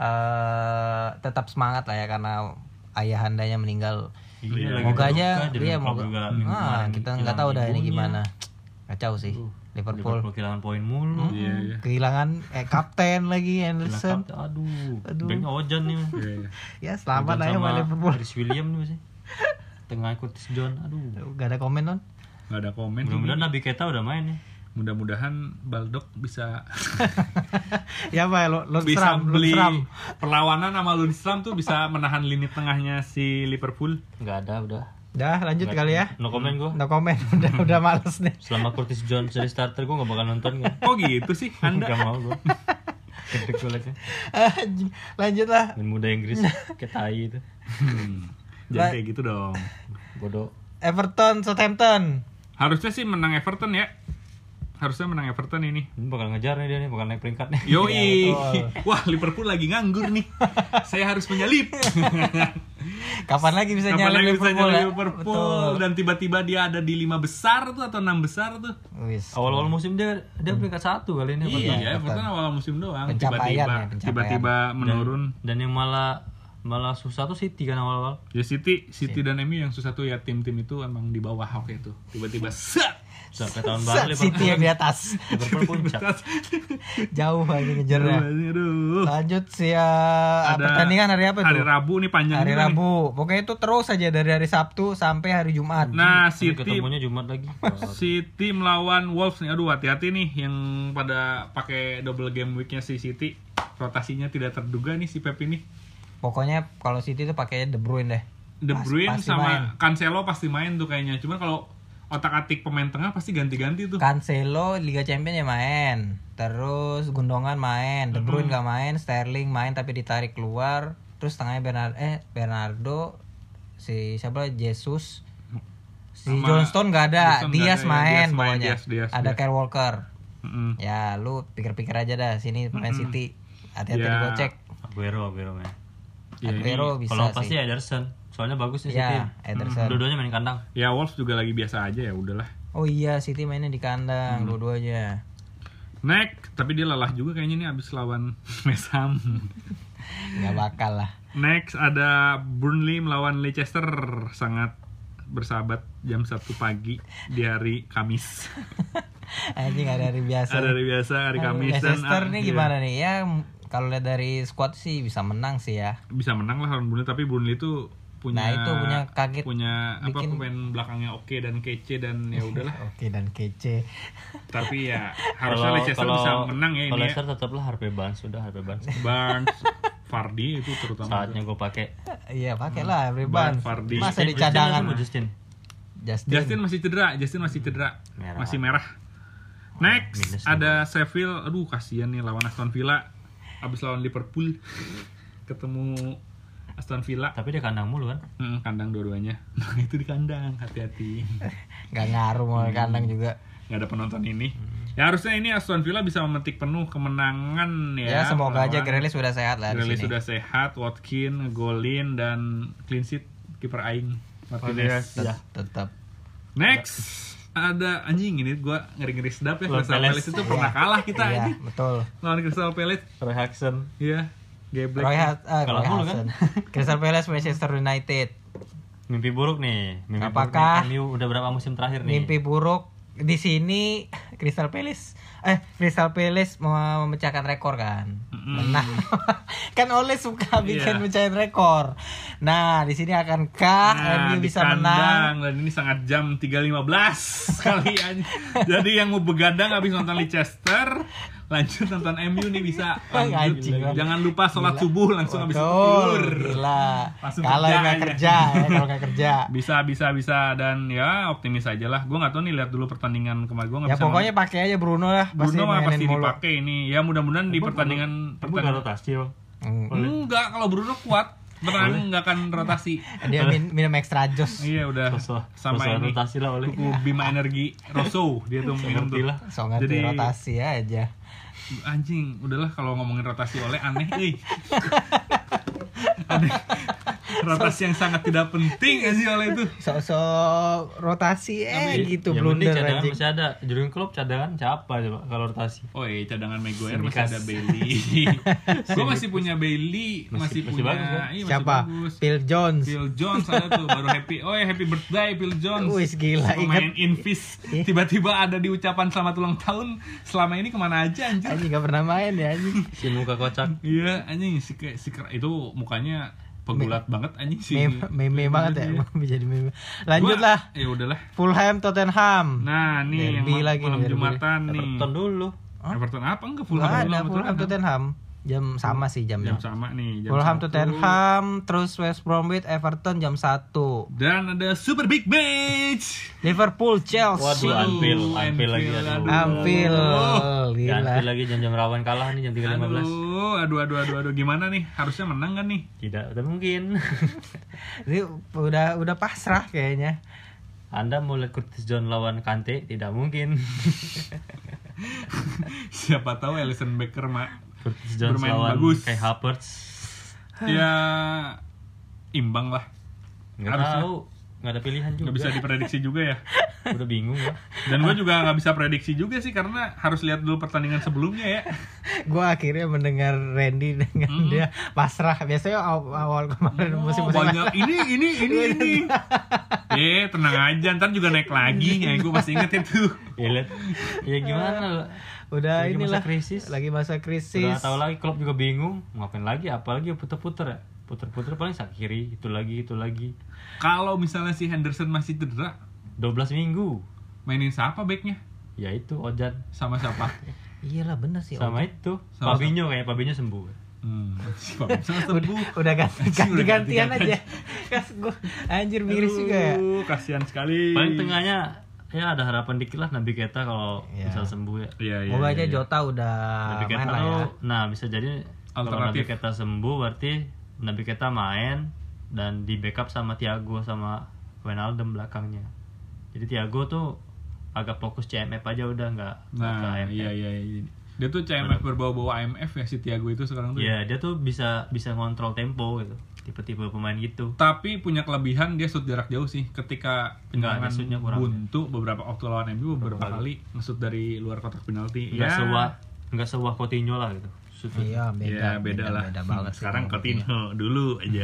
tetap semangat lah ya karena ayahandanya meninggal. Iya, lagi Moga berduka, aja Jurgen dia Klopp moga. juga minggu kemarin Kita nggak kehilangan tahu dah ini ibunya. gimana. Kacau sih. Liverpool kehilangan poin mulu. Iya, iya. kehilangan kapten lagi Kehilangan Henderson. kapten. Aduh. Backnya Ojan nih. Iya, iya. Ya selamat Ojan lah ya sama sama Liverpool. Chris William nih masih. Tengah Curtis Jones. Aduh. Gak ada komen non. Gak ada komen. Mudah-mudahan Naby Keita udah main nih. Mudah-mudahan Baldock bisa Ya apa lo bisa seram, beli seram. perlawanan sama Lundstram tuh bisa menahan lini tengahnya si Liverpool. Enggak ada udah. Dah lanjut kali ya. No comment gua. No komen. udah males nih. Selama Curtis Jones jadi starter gua gak bakal nonton gua. Oh gitu sih Anda. Gak mau gua. Gede gua liatnya. Anjing. Lanjut lah. Main muda Inggris kayak tai itu. Jangan kayak gitu dong. Bodoh. Everton Southampton. Harusnya sih menang Everton ya. Harusnya menang Everton ini. Ini bakal ngejar nih dia nih, bakal naik peringkat nih. Yoi. betul. Wah, Liverpool lagi nganggur nih. Saya harus menyalip. Kapan lagi bisa Kapan nyalip lagi bisa Liverpool? nyalip ya? Liverpool Betul. dan tiba-tiba dia ada di 5 besar tuh atau 6 besar tuh. Wis. Awal-awal musim dia peringkat 1 kali ini. Everton. Iya, Everton awal musim doang Pencapaian ya, pencapaian. tiba-tiba menurun. Dan yang malah susah tuh City kan awal-awal. Ya City dan MU yang susah tuh ya tim-tim itu emang di bawah oke tuh. Tiba-tiba set. Sampai tahun baru City yang di atas. Liverpool puncak. Jauh lagi ngejarnya. Aduh. Lanjut sih ya Ada pertandingan hari apa Hari tuh? Rabu nih panjang Hari juga nih. Rabu. Pokoknya itu terus aja dari hari Sabtu sampai hari Jumat. Nah, Nanti City ketemunya Jumat lagi. City melawan Wolves nih. Aduh, hati-hati nih yang pada pakai double game weeknya si City. Rotasinya tidak terduga nih si Pep ini. Pokoknya kalau City tuh pakainya De Bruyne deh. De Bruyne Pasti sama main. Cancelo pasti main tuh kayaknya. Cuman kalau otak-atik pemain tengah pasti ganti-ganti tuh. Cancelo Liga Champions ya main. Terus Gundogan main, De Bruyne gak main, Sterling main tapi ditarik keluar. Terus tengahnya Bernardo, si siapa Jesus, si Sama Johnston gak ada, Johnston Diaz nggak ada ya, main Diaz main, pokoknya. Diaz. Ada Kyle Walker. Mm-mm. Ya lu pikir-pikir aja dah sini pemain City. Hati-hati Ya. digocek. Aguero main. Ya, ini- Aguero bisa Kalau sih. pasti Ederson. Soalnya bagus nih Ya, City. Ederson. Dua-duanya main kandang. Ya Wolves juga lagi biasa aja ya udahlah. Oh iya, City mainnya di kandang dua-duanya. Next, tapi dia lelah juga kayaknya nih abis lawan West Ham. Gak bakal lah. Next ada Burnley melawan Leicester, sangat bersahabat jam 1 pagi di hari Kamis. Anjing ada hari biasa. Ada hari biasa hari Kamis dan Leicester nih iya, gimana nih? Ya kalau lihat dari squad sih bisa menang sih ya. bisa menang lah lawan Burnley, tapi Burnley itu punya Nah, itu punya kaget. punya apa Bikin- pemain belakangnya oke dan kece dan ya udahlah. Oke dan kece. Tapi ya harusnya Leicester bisa menang ya Kalau ini ya. Leicester tetaplah Harvey Barnes sudah Harvey Barnes. Barnes, Vardy itu terutama. Saatnya gue pakai. Iya pakai lah Ban Reban. Vardy. Masa di cadangan. Justin. Justin masih cedera, Merah. masih merah. Next minus ada Sheffield, aduh kasihan nih lawan Aston Villa. Abis lawan Liverpool ketemu Aston Villa. Tapi dia kandang mulu kan. Kandang dua-duanya. Nah, itu di kandang, hati-hati. Gak ngaruh mau kandang juga. Nggak ada penonton ini. Ya harusnya ini Aston Villa bisa memetik penuh kemenangan Ya, ya. semoga aja melawan- Grealish sudah sehat lah di Grealish sini. sudah sehat, Watkins ngegolin dan clean sheet kiper aing Martinez. Ya. Tetap. Next ada anjing ini gua ngeri-ngeri sedap ya. Lawan Crystal Palace. Palace itu pernah kalah kita Iya, anjing. betul. Lawan Crystal Palace. Roy Hodgson. Iya. Geblek. Kalah mulu kan? Crystal Palace Manchester United. Mimpi buruk nih. Apakah- buruk nih. MU udah berapa musim terakhir nih? Mimpi buruk di sini Crystal Palace mau memecahkan rekor kan. menang. Kan Ole suka bikin Iya. pencapaian rekor. Nah, di sini akankah MU di bisa menang? kandang, dan ini sangat jam 3.15 kali aja. Jadi yang mau begadang habis nonton Leicester, lanjut nonton MU nih bisa lanjut. Anjing, Bang. Jangan lupa sholat subuh langsung habis itu Betul, tidur. gila. Langsung Kalau kerja nggak aja. kerja, ya, kalau nggak kerja. Bisa dan ya optimis aja lah. Gue nggak tahu nih, lihat dulu pertandingan kemarin. Gue nggak Ya bisa. pokoknya pakai aja Bruno lah, Bruno mah mainin pasti mulu. dipakai ini. Ya mudah-mudahan di pertandingan Bukan rotasi bang. enggak, kalau Bruno kuat beneran nggak akan rotasi. Dia minum extra jos. Iya udah sama ini rotasi lah oleh. kuku Bima Energi Rosso dia tuh minum tuh. lah. So ngerti Jadi rotasi aja. anjing, udahlah kalau ngomongin rotasi Oleh aneh aneh. Rotasi yang sangat tidak penting sih Oleh itu. So rotasi gitu yang penting blunder cadangan anjing. masih ada. Jurgen Klopp cadangan siapa coba kalau rotasi? Oh iya, cadangan Maguire masih Simikas. ada Bailey. Gue masih punya Bailey, masih masih punya bagus, kan? iya, masih Siapa? bagus. Phil Jones. Phil Jones ada tuh baru happy. Oh ya, happy birthday Phil Jones. Wih, gila, Pemain ingat. Invis. Ih. Tiba-tiba ada di ucapan selamat ulang tahun. Selama ini kemana aja anjir? Anjing gak pernah main ya anjing. Si muka kocak. Iya, anjing si itu mukanya pegulat banget anjing sih. Meme banget ya. Jadi meme. Lanjutlah. Ya udahlah. Fulham Tottenham. Nah, nih Derby yang lagi malam nih, derby. Jumatan nih. Everton dulu. Everton apa enggak Fulham? Nggak ada sama Fulham Tottenham. Jam sama sih Jam jamnya. sama nih, jam Fulham 1. Tottenham, terus West Bromwich Everton jam 1. Dan ada super big match. Liverpool Chelsea. Waduh, Anfield lagi. Aduh. Anfield. Gila. Anfield lagi jam-jam rawan kalah nih jam 3.15. Aduh, gimana nih? Harusnya menang kan nih? Tidak mungkin. Ini udah pasrah kayaknya. Anda mau lihat Curtis Jones lawan Kante? Tidak mungkin. Siapa tahu Alisson Becker mak Curtis Jones bermain lawan bagus. kayak Havertz. Ya imbang lah. Nggak Harusnya. tahu, nggak ada pilihan juga. Nggak bisa diprediksi juga ya. Udah bingung ya. Dan gue juga nggak bisa prediksi juga sih karena harus lihat dulu pertandingan sebelumnya ya. Gua akhirnya mendengar Randy dengan dia pasrah. Biasanya awal kemarin musim-musim Banyak ini. Tenang aja, ntar juga naik lagi. Ya gue masih inget itu. Ya lihat, ya gimana? udah Lagi inilah masa krisis. lagi masa Udah krisis. tahu lagi, Klopp juga bingung mau ngapain lagi, apalagi puter-puter ya. Puter-puter paling sak kiri, itu lagi. Kalau misalnya si Henderson masih cedera, 12 minggu. mainin siapa backnya? Ya itu Ojan Sama siapa? Iyalah bener sih. sama itu Sama- Fabinho, kayaknya Fabinho sembuh. Si Fabinho sembuh. Udah Udah gantian ganti-ganti aja. Kas gua anjir miris juga ya. Kasihan sekali. Paling tengahnya ya ada harapan dikit lah Naby Keita kalau Iya. bisa sembuh ya. Iya. Moga aja Jota udah Naby main Keita lah ya. tuh, nah bisa jadi kalau Alternatif. Naby Keita sembuh berarti Naby Keita main dan di backup sama Thiago sama Wijnaldum belakangnya. Jadi Thiago tuh agak fokus CMF aja udah nggak ke Nah, AMF. iya. Dia tuh CMF berbawa-bawa AMF ya si Thiago itu sekarang tuh. Iya, dia tuh bisa ngontrol tempo gitu. Tipe-tipe pemain gitu. Tapi punya kelebihan dia shoot jarak jauh sih. Ketika Enggak, tendangan dia shootnya kurang. buntu beberapa waktu lawan MU beberapa kali nge-shoot dari luar kotak penalti. Nggak sewah Coutinho lah gitu. Shoot. Iya, Ya, beda lah. Beda banget sih. Sekarang Coutinho dulu aja.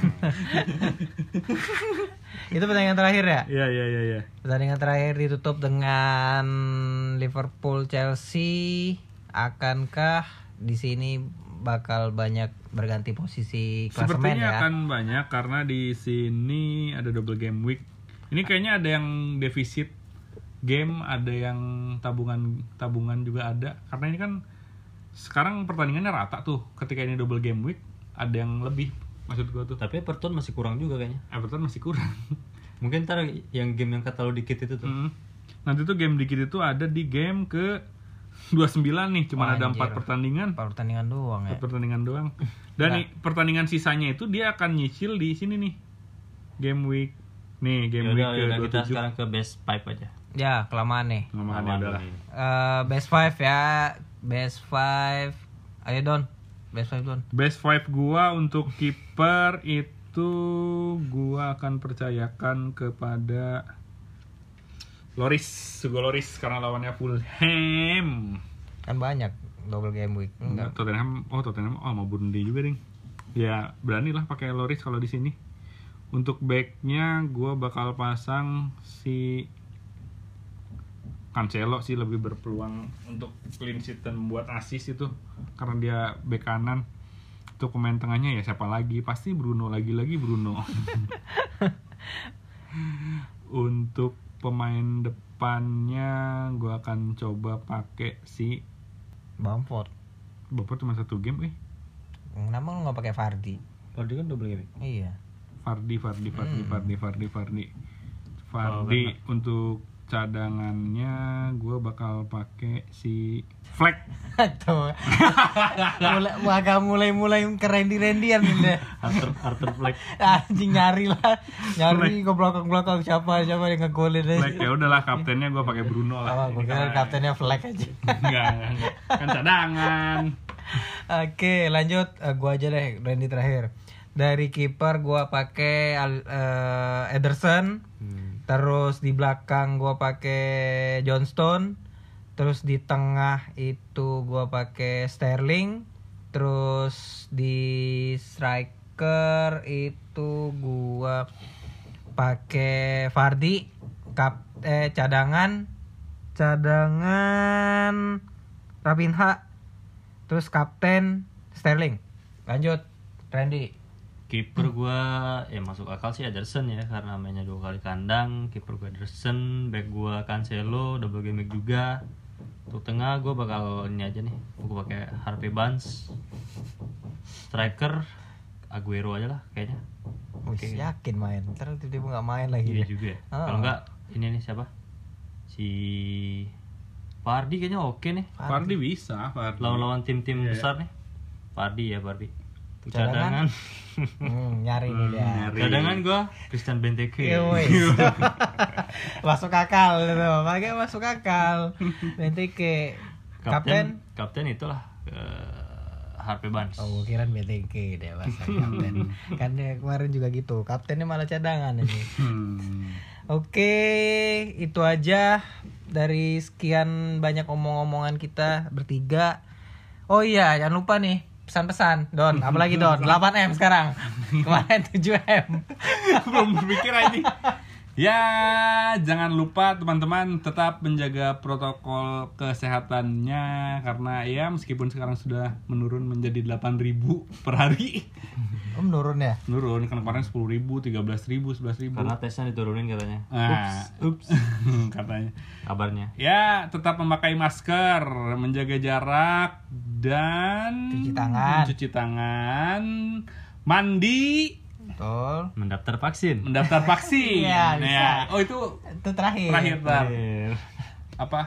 Itu pertandingan terakhir ya? Iya. Pertandingan terakhir ditutup dengan Liverpool Chelsea. Akankah di sini bakal banyak berganti posisi klasemen Sepertinya ya? akan banyak karena di sini ada double game week. Ini kayaknya ada yang defisit game, ada yang tabungan juga ada. Karena ini kan sekarang pertandingannya rata tuh. Ketika ini double game week, ada yang lebih. Maksud gua tuh Tapi Everton masih kurang juga kayaknya. Everton masih kurang. Mungkin ntar yang game yang kata lo dikit itu tuh. Nanti tuh game dikit itu ada di game ke 29 nih, cuma ada 4 Anjir. pertandingan. 4 pertandingan doang ya. 4 pertandingan doang. Dan Nah. pertandingan sisanya itu dia akan nyicil di sini nih. Game week. Nih, game week Yaudah, ke kita 27. sekarang ke best 5 aja. Ya, kelamaan nih. Ngomongin Aman udah lah. nih. Best 5 ya. Best 5. Ayo Don. Best 5 Don. Best 5 gua untuk kiper itu gua akan percayakan kepada Hugo Lloris karena lawannya Fulham. Kan banyak double game week. Enggak. Tottenham mau Burnley juga ding. Ya berani lah pakai Lloris kalau di sini. Untuk backnya gua bakal pasang si Cancelo sih lebih berpeluang untuk clean sheet dan membuat assist itu karena dia bek kanan. Untuk pemain tengahnya ya siapa lagi? Pasti Bruno, lagi-lagi Bruno. Untuk pemain depannya gue akan coba pakai si Bamford. Bapak cuma 1 game Kenapa lu nggak pakai Vardy? Vardy kan double game. Iya. Vardy. Untuk cadangannya gue bakal pakai si Fleck. Tuh. mulai keren-rendian nih. Arthur Fleck. Anjing nyari ke belakang siapa yang ngegolin aja. Fleck ya udahlah, kaptennya gue pakai Bruno lah. Gue kira kaptennya Fleck aja. Enggak. Kan cadangan. Oke, lanjut. Gua aja deh, Randy terakhir. Dari kiper gua pakai Ederson. Terus di belakang gua pakai Johnstone. Terus di tengah itu gua pakai Sterling. Terus di striker itu gua pakai Vardy. Cadangan Raphinha. Terus kapten Sterling. Lanjut, Randy. Kiper gua ya masuk akal sih Ederson ya, karena mainnya 2 kali kandang. Kiper gua Ederson, back gua Cancelo, double game week juga. Untuk tengah gua bakal ini aja nih, gua pakai Harvey Barnes. Striker Aguero aja lah kayaknya. Oke. Yakin main. Ntar tiba-tiba nggak main lagi Iya dia. juga ya. Oh. Kalau enggak ini nih siapa? Si Vardy kayaknya oke nih. Vardy bisa, Vardy. Lawan-lawan tim-tim Iya. besar nih. Vardy. Cadangan? Nyari nih dia. Cadangan gua Christian Benteke. Masuk akal itu. Pakai masuk akal. Benteke. Kapten itulah Harvey Barnes. Oh, kira BTK deh bahasa kapten. Kan dia kemarin juga gitu. Kaptennya malah cadangan ini. Oke, itu aja dari sekian banyak omong-omongan kita bertiga. Oh iya, jangan lupa nih pesan-pesan, Don. Apalagi Don, 8M sekarang. Kemarin 7M. Belum berpikir ini. Ya, jangan lupa teman-teman tetap menjaga protokol kesehatannya, karena ya meskipun sekarang sudah menurun menjadi 8.000 per hari. Oh, menurun ya? Menurun, kan kemarin 10.000, 13.000, 11.000. Karena tesnya diturunin katanya. Ups. Katanya. Kabarnya. Ya, tetap memakai masker, menjaga jarak, dan Cuci tangan. Mandi, Betul. Mendaftar vaksin. Iya, bisa. Ya. Oh, itu Terakhir. Tar. Apa?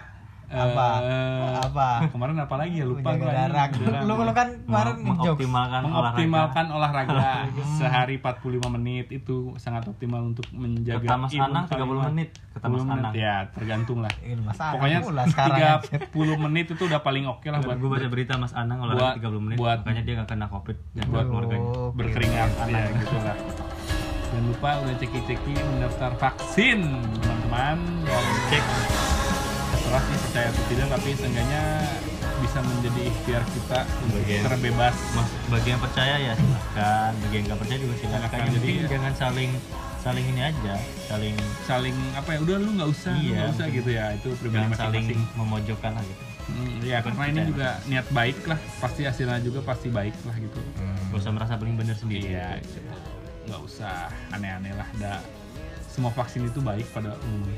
Apa? Kemarin apa lagi ya, lupa Menjaga jarak. Lu kan kemarin jokes. Mengoptimalkan olahraga sehari 45 menit itu sangat optimal untuk menjaga Kata Mas Anang kalian. 30 menit. Kata Mas 30 menit, Anang. ya tergantung lah. Pokoknya Pokoknya sekarang 30 menit itu udah paling oke lah buat Gue baca berita Mas Anang olahraga 30 menit. Makanya dia gak kena covid dan buat keluarganya. berkeringat ya gitu lah. Jangan lupa udah ceki-ceki mendaftar vaksin teman-teman, dan Cek. terserah sih percaya atau tidak, tapi seenggaknya bisa menjadi ikhtiar kita untuk terbebas. Bagi yang percaya ya silakan, bagi yang nggak percaya juga silakan. Silakan, Yang jadi penting jangan saling ini aja, saling apa ya, udah lu nggak usah, Iya. gitu ya, itu pribadi jangan saling masing-masing. memojokkan lah gitu. Ya karena ini juga niat baik lah, pasti hasilnya juga pasti baik lah gitu. Gak usah merasa paling benar sendiri. Iya, gitu. Nggak usah aneh-aneh lah. Semua vaksin itu baik pada umumnya.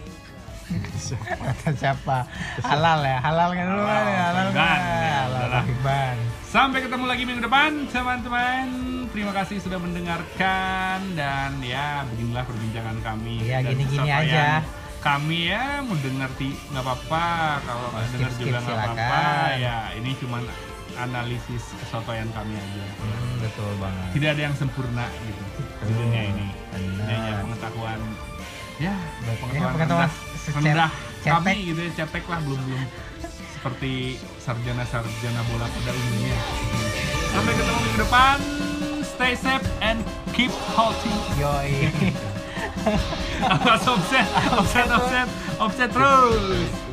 Siapa? Halal ya? Halal kan dulu kan? Halal kan? Halal Bang. Sampai ketemu lagi minggu depan teman-teman. Terima kasih sudah mendengarkan, dan ya beginilah perbincangan kami. Iya, dan gini-gini kesampaian aja. Kami ya mau dengar nggak apa-apa, kalau nggak dengar juga nggak apa-apa. silakan. Ya ini cuman analisis kesotoyan kami aja. Betul banget. Tidak ada yang sempurna gitu di dunia ini. Ini hanya pengetahuan. Ya, pengetahuan rendah cetek. kami gitu ya, cetek lah, belum seperti sarjana bola pada umumnya. Sampai ketemu minggu depan. Stay safe and keep healthy. Yoi. Awas offset terus.